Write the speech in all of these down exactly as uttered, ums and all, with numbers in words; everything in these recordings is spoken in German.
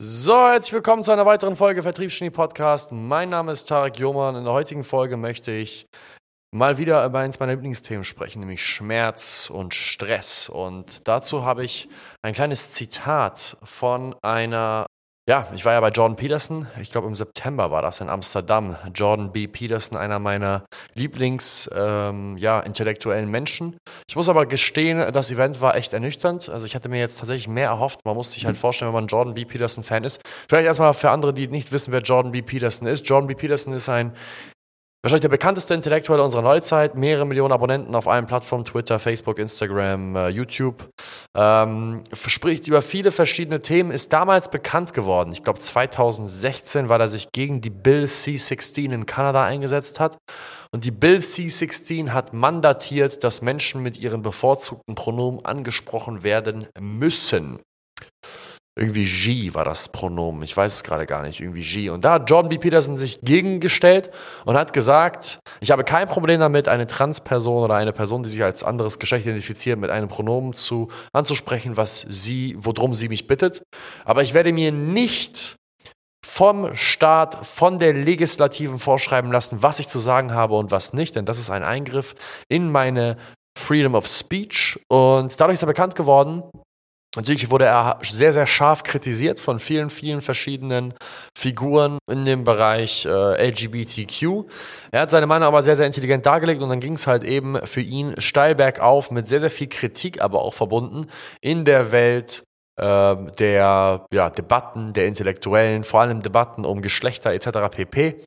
So, herzlich willkommen zu einer weiteren Folge Vertriebsgenie Podcast. Mein Name ist Tarek Joman. In der heutigen Folge möchte ich mal wieder über eins meiner Lieblingsthemen sprechen, nämlich Schmerz und Stress. Und dazu habe ich ein kleines Zitat von einer, ja, ich war ja bei Jordan Peterson, ich glaube im September war das in Amsterdam. Jordan B. Peterson, einer meiner Lieblings, ähm, ja, intellektuellen Menschen. Ich muss aber gestehen, das Event war echt ernüchternd. Also ich hatte mir jetzt tatsächlich mehr erhofft. Man muss sich halt vorstellen, wenn man Jordan B. Peterson-Fan ist. Vielleicht erstmal für andere, die nicht wissen, wer Jordan B. Peterson ist. Jordan B. Peterson ist ein wahrscheinlich der bekannteste Intellektuelle unserer Neuzeit, mehrere Millionen Abonnenten auf allen Plattformen, Twitter, Facebook, Instagram, äh, YouTube. Ähm, spricht über viele verschiedene Themen, ist damals bekannt geworden. Ich glaube zweitausendsechzehn, weil er sich gegen die Bill C sechzehn in Kanada eingesetzt hat. Und die Bill C sechzehn hat mandatiert, dass Menschen mit ihren bevorzugten Pronomen angesprochen werden müssen. Irgendwie G war das Pronomen, ich weiß es gerade gar nicht, irgendwie G. Und da hat Jordan B. Peterson sich gegengestellt und hat gesagt, ich habe kein Problem damit, eine Transperson oder eine Person, die sich als anderes Geschlecht identifiziert, mit einem Pronomen zu, anzusprechen, was sie, worum sie mich bittet. Aber ich werde mir nicht vom Staat, von der Legislativen vorschreiben lassen, was ich zu sagen habe und was nicht, denn das ist ein Eingriff in meine Freedom of Speech. Und dadurch ist er bekannt geworden. Natürlich wurde er sehr, sehr scharf kritisiert von vielen, vielen verschiedenen Figuren in dem Bereich äh, L G B T Q. Er hat seine Meinung aber sehr, sehr intelligent dargelegt und dann ging es halt eben für ihn steil bergauf mit sehr, sehr viel Kritik, aber auch verbunden in der Welt äh, der ja, Debatten, der Intellektuellen, vor allem Debatten um Geschlechter et cetera pp.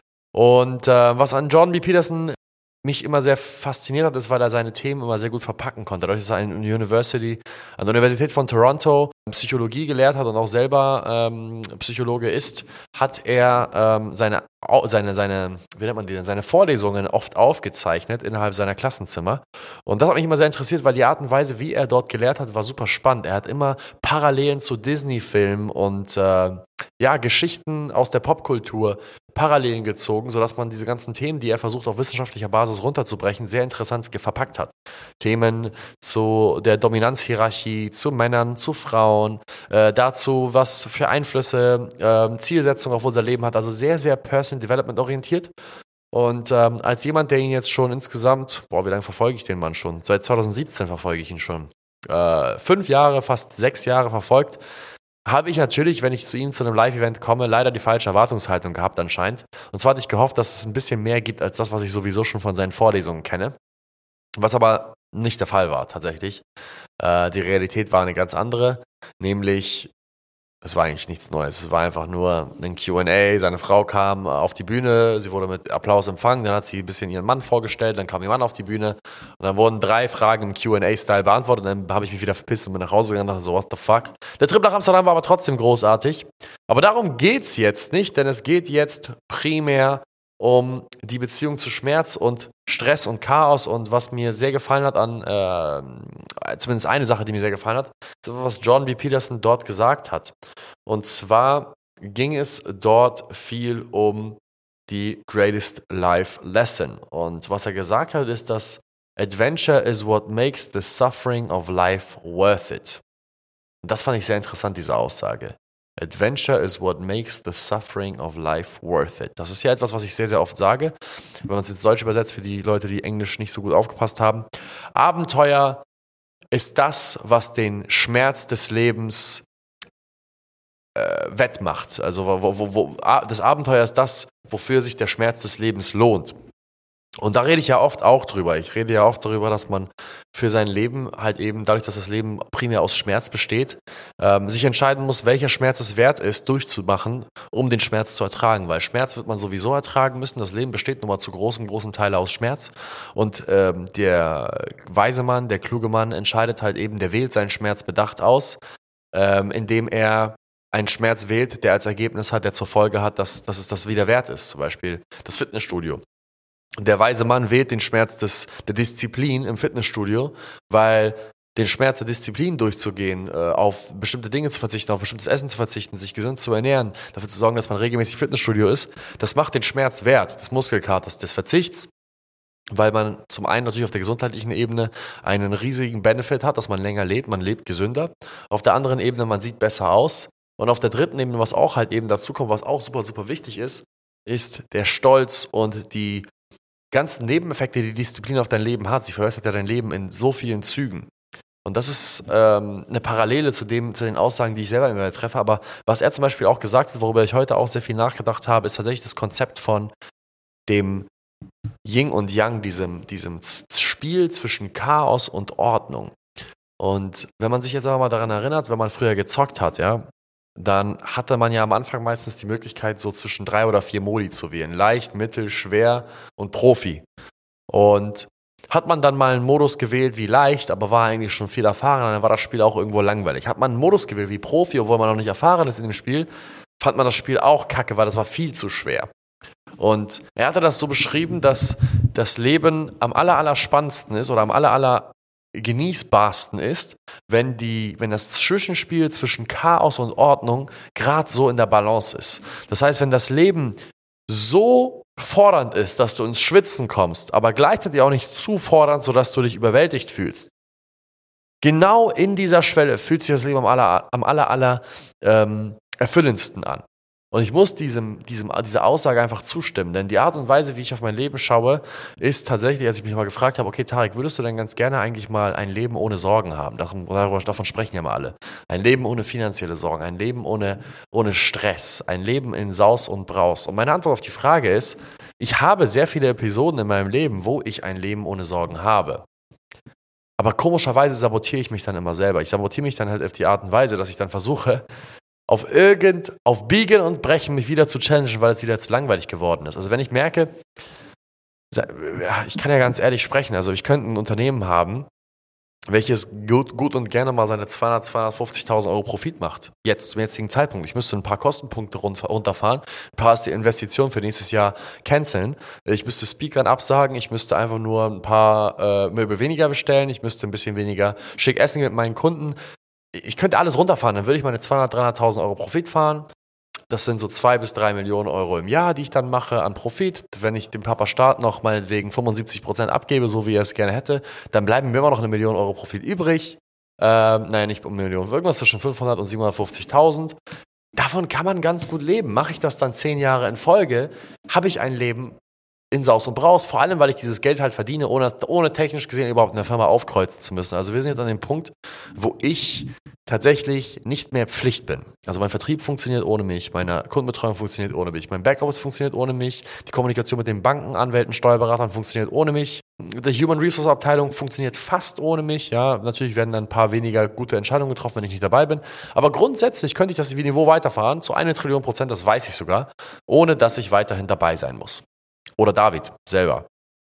Und äh, was an Jordan B. Peterson mich immer sehr fasziniert hat, ist, weil er seine Themen immer sehr gut verpacken konnte. Dadurch, dass er an, University, an der Universität von Toronto Psychologie gelehrt hat und auch selber ähm, Psychologe ist, hat er ähm, seine, seine, seine, wie nennt man die denn, seine Vorlesungen oft aufgezeichnet innerhalb seiner Klassenzimmer. Und das hat mich immer sehr interessiert, weil die Art und Weise, wie er dort gelehrt hat, war super spannend. Er hat immer Parallelen zu Disney-Filmen und äh, ja, Geschichten aus der Popkultur Parallelen gezogen, sodass man diese ganzen Themen, die er versucht auf wissenschaftlicher Basis runterzubrechen, sehr interessant verpackt hat. Themen zu der Dominanzhierarchie, zu Männern, zu Frauen, äh, dazu, was für Einflüsse äh, Zielsetzung auf unser Leben hat, also sehr, sehr Personal Development orientiert. Und ähm, als jemand, der ihn jetzt schon insgesamt, boah, wie lange verfolge ich den Mann schon? Seit zweitausendsiebzehn verfolge ich ihn schon. Äh, fünf Jahre, fast sechs Jahre verfolgt, habe ich natürlich, wenn ich zu ihm zu einem Live-Event komme, leider die falsche Erwartungshaltung gehabt anscheinend. Und zwar hatte ich gehofft, dass es ein bisschen mehr gibt als das, was ich sowieso schon von seinen Vorlesungen kenne. Was aber nicht der Fall war tatsächlich. Äh, die Realität war eine ganz andere, nämlich es war eigentlich nichts Neues. Es war einfach nur ein Q and A. Seine Frau kam auf die Bühne, sie wurde mit Applaus empfangen, dann hat sie ein bisschen ihren Mann vorgestellt, dann kam ihr Mann auf die Bühne und dann wurden drei Fragen im Q and A-Style beantwortet und dann habe ich mich wieder verpisst und bin nach Hause gegangen und dachte so, what the fuck. Der Trip nach Amsterdam war aber trotzdem großartig. Aber darum geht's jetzt nicht, denn es geht jetzt primär um die Beziehung zu Schmerz und Stress und Chaos. Und was mir sehr gefallen hat an, äh, zumindest eine Sache, die mir sehr gefallen hat, ist, was Jordan B. Peterson dort gesagt hat. Und zwar ging es dort viel um die Greatest Life Lesson. Und was er gesagt hat, ist, dass Adventure is what makes the suffering of life worth it. Und das fand ich sehr interessant, diese Aussage. Adventure is what makes the suffering of life worth it. Das ist ja etwas, was ich sehr, sehr oft sage. Wenn man es ins Deutsche übersetzt, für die Leute, die Englisch nicht so gut aufgepasst haben. Abenteuer ist das, was den Schmerz des Lebens äh, wettmacht. Also wo, wo, wo, das Abenteuer ist das, wofür sich der Schmerz des Lebens lohnt. Und da rede ich ja oft auch drüber. Ich rede ja oft darüber, dass man für sein Leben halt eben, dadurch, dass das Leben primär aus Schmerz besteht, ähm, sich entscheiden muss, welcher Schmerz es wert ist, durchzumachen, um den Schmerz zu ertragen. Weil Schmerz wird man sowieso ertragen müssen. Das Leben besteht nun mal zu großem, großen Teil aus Schmerz. Und ähm, der weise Mann, der kluge Mann entscheidet halt eben, der wählt seinen Schmerz bedacht aus, ähm, indem er einen Schmerz wählt, der als Ergebnis hat, der zur Folge hat, dass, dass es das wieder wert ist. Zum Beispiel das Fitnessstudio. Der weise Mann wählt den Schmerz des, der Disziplin im Fitnessstudio, weil den Schmerz der Disziplin durchzugehen, äh, auf bestimmte Dinge zu verzichten, auf bestimmtes Essen zu verzichten, sich gesund zu ernähren, dafür zu sorgen, dass man regelmäßig im Fitnessstudio ist, das macht den Schmerz wert, des Muskelkaters, des Verzichts, weil man zum einen natürlich auf der gesundheitlichen Ebene einen riesigen Benefit hat, dass man länger lebt, man lebt gesünder. Auf der anderen Ebene, man sieht besser aus. Und auf der dritten Ebene, was auch halt eben dazu kommt, was auch super, super wichtig ist, ist der Stolz und die ganzen Nebeneffekte, die Disziplin auf dein Leben hat. Sie verbessert ja dein Leben in so vielen Zügen. Und das ist ähm, eine Parallele zu dem, zu den Aussagen, die ich selber immer treffe. Aber was er zum Beispiel auch gesagt hat, worüber ich heute auch sehr viel nachgedacht habe, ist tatsächlich das Konzept von dem Yin und Yang, diesem, diesem Spiel zwischen Chaos und Ordnung. Und wenn man sich jetzt aber mal daran erinnert, wenn man früher gezockt hat, ja, dann hatte man ja am Anfang meistens die Möglichkeit, so zwischen drei oder vier Modi zu wählen. Leicht, mittel, schwer und Profi. Und hat man dann mal einen Modus gewählt wie leicht, aber war eigentlich schon viel erfahren, dann war das Spiel auch irgendwo langweilig. Hat man einen Modus gewählt wie Profi, obwohl man noch nicht erfahren ist in dem Spiel, fand man das Spiel auch kacke, weil das war viel zu schwer. Und er hatte das so beschrieben, dass das Leben am aller, aller spannendsten ist oder am aller, aller genießbarsten ist, wenn, die, wenn das Zwischenspiel zwischen Chaos und Ordnung gerade so in der Balance ist. Das heißt, wenn das Leben so fordernd ist, dass du ins Schwitzen kommst, aber gleichzeitig auch nicht zu fordernd, sodass du dich überwältigt fühlst. Genau in dieser Schwelle fühlt sich das Leben am aller, am aller, aller ähm, erfüllendsten an. Und ich muss diesem, diesem, dieser Aussage einfach zustimmen, denn die Art und Weise, wie ich auf mein Leben schaue, ist tatsächlich, als ich mich mal gefragt habe, okay, Tarek, würdest du denn ganz gerne eigentlich mal ein Leben ohne Sorgen haben? Darüber, davon sprechen ja mal alle. Ein Leben ohne finanzielle Sorgen, ein Leben ohne, ohne Stress, ein Leben in Saus und Braus. Und meine Antwort auf die Frage ist, ich habe sehr viele Episoden in meinem Leben, wo ich ein Leben ohne Sorgen habe. Aber komischerweise sabotiere ich mich dann immer selber. Ich sabotiere mich dann halt auf die Art und Weise, dass ich dann versuche, auf irgend, auf Biegen und Brechen mich wieder zu challengen, weil es wieder zu langweilig geworden ist. Also wenn ich merke, ich kann ja ganz ehrlich sprechen, also ich könnte ein Unternehmen haben, welches gut, gut und gerne mal seine zweihundert, zweihundertfünfzigtausend Euro Profit macht. Jetzt, zum jetzigen Zeitpunkt. Ich müsste ein paar Kostenpunkte runterfahren, ein paar ist die Investition für nächstes Jahr canceln. Ich müsste Speakern absagen, ich müsste einfach nur ein paar äh, Möbel weniger bestellen, ich müsste ein bisschen weniger schick essen mit meinen Kunden. Ich könnte alles runterfahren, dann würde ich meine zweihundert, dreihunderttausend Euro Profit fahren. Das sind so zwei bis drei Millionen Euro im Jahr, die ich dann mache an Profit. Wenn ich dem Papa Staat noch meinetwegen fünfundsiebzig Prozent abgebe, so wie er es gerne hätte, dann bleiben mir immer noch eine Million Euro Profit übrig. Ähm, naja, nicht um eine Million, irgendwas zwischen fünfhundert und siebenhundertfünfzigtausend. Davon kann man ganz gut leben. Mache ich das dann zehn Jahre in Folge, habe ich ein Leben in Saus und Braus, vor allem, weil ich dieses Geld halt verdiene, ohne, ohne technisch gesehen überhaupt in der Firma aufkreuzen zu müssen. Also wir sind jetzt an dem Punkt, wo ich tatsächlich nicht mehr Pflicht bin. Also mein Vertrieb funktioniert ohne mich, meine Kundenbetreuung funktioniert ohne mich, mein Backoffice funktioniert ohne mich, die Kommunikation mit den Banken, Anwälten, Steuerberatern funktioniert ohne mich, die Human Resource Abteilung funktioniert fast ohne mich. Ja, natürlich werden dann ein paar weniger gute Entscheidungen getroffen, wenn ich nicht dabei bin. Aber grundsätzlich könnte ich das Niveau weiterfahren, zu einer Trillion Prozent, das weiß ich sogar, ohne dass ich weiterhin dabei sein muss. Oder David selber.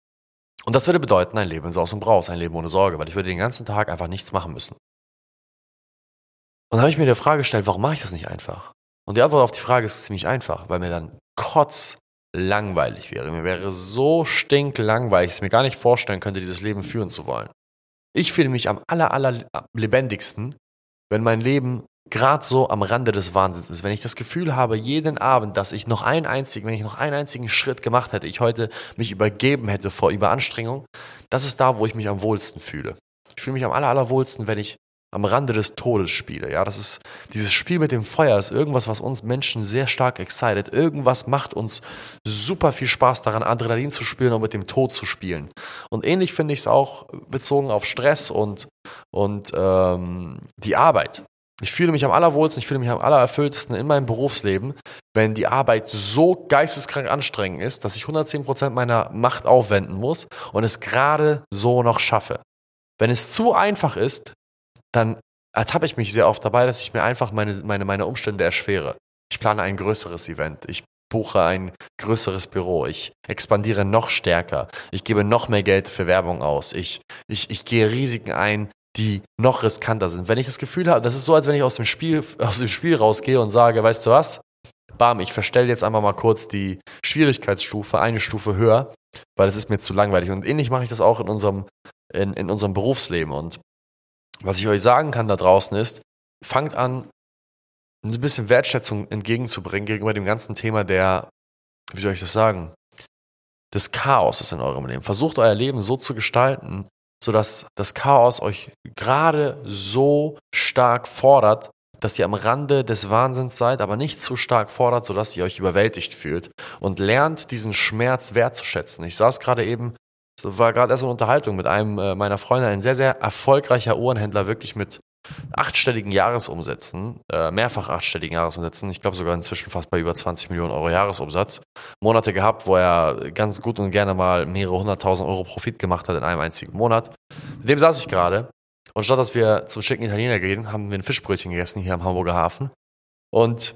Und das würde bedeuten, ein Leben in Saus und Braus, ein Leben ohne Sorge, weil ich würde den ganzen Tag einfach nichts machen müssen. Und dann habe ich mir die Frage gestellt, warum mache ich das nicht einfach? Und die Antwort auf die Frage ist ziemlich einfach, weil mir dann kotzlangweilig wäre. Mir wäre so stinklangweilig, dass ich mir gar nicht vorstellen könnte, dieses Leben führen zu wollen. Ich fühle mich am aller, aller lebendigsten, wenn mein Leben gerade so am Rande des Wahnsinns ist, wenn ich das Gefühl habe, jeden Abend, dass ich noch einen einzigen, wenn ich noch einen einzigen Schritt gemacht hätte, ich heute mich übergeben hätte vor Überanstrengung, das ist da, wo ich mich am wohlsten fühle. Ich fühle mich am aller, allerwohlsten, wenn ich am Rande des Todes spiele. Ja, das ist dieses Spiel mit dem Feuer, ist irgendwas, was uns Menschen sehr stark excited. Irgendwas macht uns super viel Spaß daran, Adrenalin zu spüren und mit dem Tod zu spielen. Und ähnlich finde ich es auch bezogen auf Stress und, und ähm, die Arbeit. Ich fühle mich am allerwohlsten, ich fühle mich am allererfülltesten in meinem Berufsleben, wenn die Arbeit so geisteskrank anstrengend ist, dass ich hundertzehn Prozent meiner Macht aufwenden muss und es gerade so noch schaffe. Wenn es zu einfach ist, dann ertappe ich mich sehr oft dabei, dass ich mir einfach meine, meine, meine Umstände erschwere. Ich plane ein größeres Event, ich buche ein größeres Büro, ich expandiere noch stärker, ich gebe noch mehr Geld für Werbung aus, ich, ich, ich gehe Risiken ein, die noch riskanter sind. Wenn ich das Gefühl habe, das ist so, als wenn ich aus dem Spiel, aus dem Spiel rausgehe und sage, weißt du was, bam, ich verstelle jetzt einfach mal kurz die Schwierigkeitsstufe eine Stufe höher, weil es ist mir zu langweilig. Und ähnlich mache ich das auch in unserem, in, in unserem Berufsleben. Und was ich euch sagen kann da draußen ist, fangt an, ein bisschen Wertschätzung entgegenzubringen gegenüber dem ganzen Thema der, wie soll ich das sagen, des Chaos in eurem Leben. Versucht euer Leben so zu gestalten, sodass das Chaos euch gerade so stark fordert, dass ihr am Rande des Wahnsinns seid, aber nicht zu stark fordert, sodass ihr euch überwältigt fühlt. Und lernt, diesen Schmerz wertzuschätzen. Ich saß gerade eben, so war gerade erst eine Unterhaltung mit einem äh, meiner Freunde, ein sehr, sehr erfolgreicher Uhrenhändler, wirklich mit achtstelligen Jahresumsätzen, äh, mehrfach achtstelligen Jahresumsätzen, ich glaube sogar inzwischen fast bei über zwanzig Millionen Euro Jahresumsatz. Monate gehabt, wo er ganz gut und gerne mal mehrere hunderttausend Euro Profit gemacht hat in einem einzigen Monat. Mit dem saß ich gerade. Und statt dass wir zum schicken Italiener gehen, haben wir ein Fischbrötchen gegessen hier am Hamburger Hafen. Und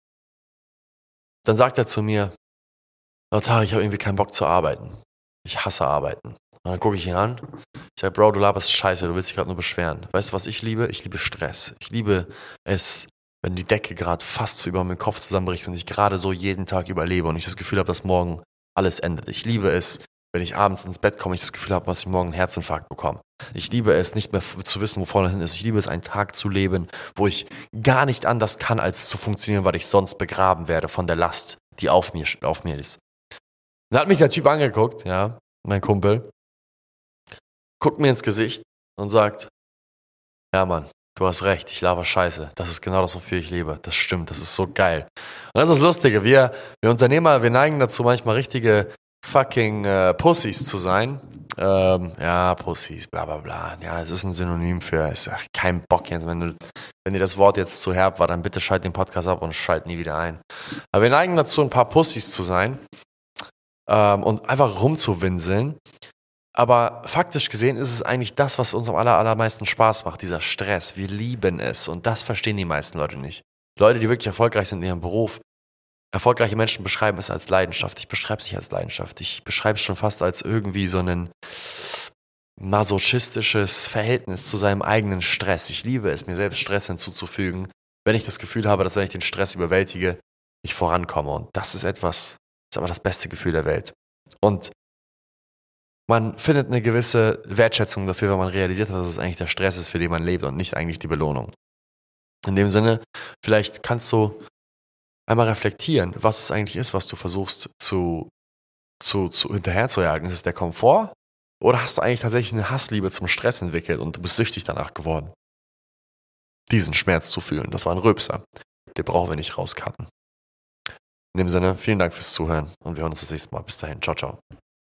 dann sagt er zu mir, oh, Tarek, ich habe irgendwie keinen Bock zu arbeiten. Ich hasse arbeiten. Und dann gucke ich ihn an. Ich sage, Bro, du laberst Scheiße, du willst dich gerade nur beschweren. Weißt du, was ich liebe? Ich liebe Stress. Ich liebe es, wenn die Decke gerade fast über meinem Kopf zusammenbricht und ich gerade so jeden Tag überlebe und ich das Gefühl habe, dass morgen alles endet. Ich liebe es, wenn ich abends ins Bett komme, ich das Gefühl habe, dass ich morgen einen Herzinfarkt bekomme. Ich liebe es, nicht mehr f- zu wissen, wo vorne hin ist. Ich liebe es, einen Tag zu leben, wo ich gar nicht anders kann, als zu funktionieren, weil ich sonst begraben werde von der Last, die auf mir, auf mir ist. Dann hat mich der Typ angeguckt, ja, mein Kumpel, guckt mir ins Gesicht und sagt, ja Mann, du hast recht, ich laber Scheiße. Das ist genau das, wofür ich lebe. Das stimmt, das ist so geil. Und das ist das Lustige, wir, wir Unternehmer, wir neigen dazu, manchmal richtige fucking äh, Pussys zu sein. Ähm, ja, Pussys, bla bla bla. Ja, es ist ein Synonym für, ist ach, kein Bock jetzt. Wenn, du, wenn dir das Wort jetzt zu herb war, dann bitte schalt den Podcast ab und schalt nie wieder ein. Aber wir neigen dazu, ein paar Pussys zu sein ähm, und einfach rumzuwinseln. Aber faktisch gesehen ist es eigentlich das, was uns am aller, allermeisten Spaß macht, dieser Stress. Wir lieben es und das verstehen die meisten Leute nicht. Leute, die wirklich erfolgreich sind in ihrem Beruf, erfolgreiche Menschen beschreiben es als Leidenschaft. Ich beschreibe es nicht als Leidenschaft. Ich beschreibe es schon fast als irgendwie so ein masochistisches Verhältnis zu seinem eigenen Stress. Ich liebe es, mir selbst Stress hinzuzufügen, wenn ich das Gefühl habe, dass wenn ich den Stress überwältige, ich vorankomme. Und das ist etwas, das ist aber das beste Gefühl der Welt. Und man findet eine gewisse Wertschätzung dafür, wenn man realisiert hat, dass es eigentlich der Stress ist, für den man lebt und nicht eigentlich die Belohnung. In dem Sinne, vielleicht kannst du einmal reflektieren, was es eigentlich ist, was du versuchst zu, zu, zu hinterherzujagen. Ist es der Komfort? Oder hast du eigentlich tatsächlich eine Hassliebe zum Stress entwickelt und du bist süchtig danach geworden, diesen Schmerz zu fühlen? Das war ein Rülpser. Den brauchen wir nicht rauscutten. In dem Sinne, vielen Dank fürs Zuhören und wir hören uns das nächste Mal. Bis dahin. Ciao, ciao.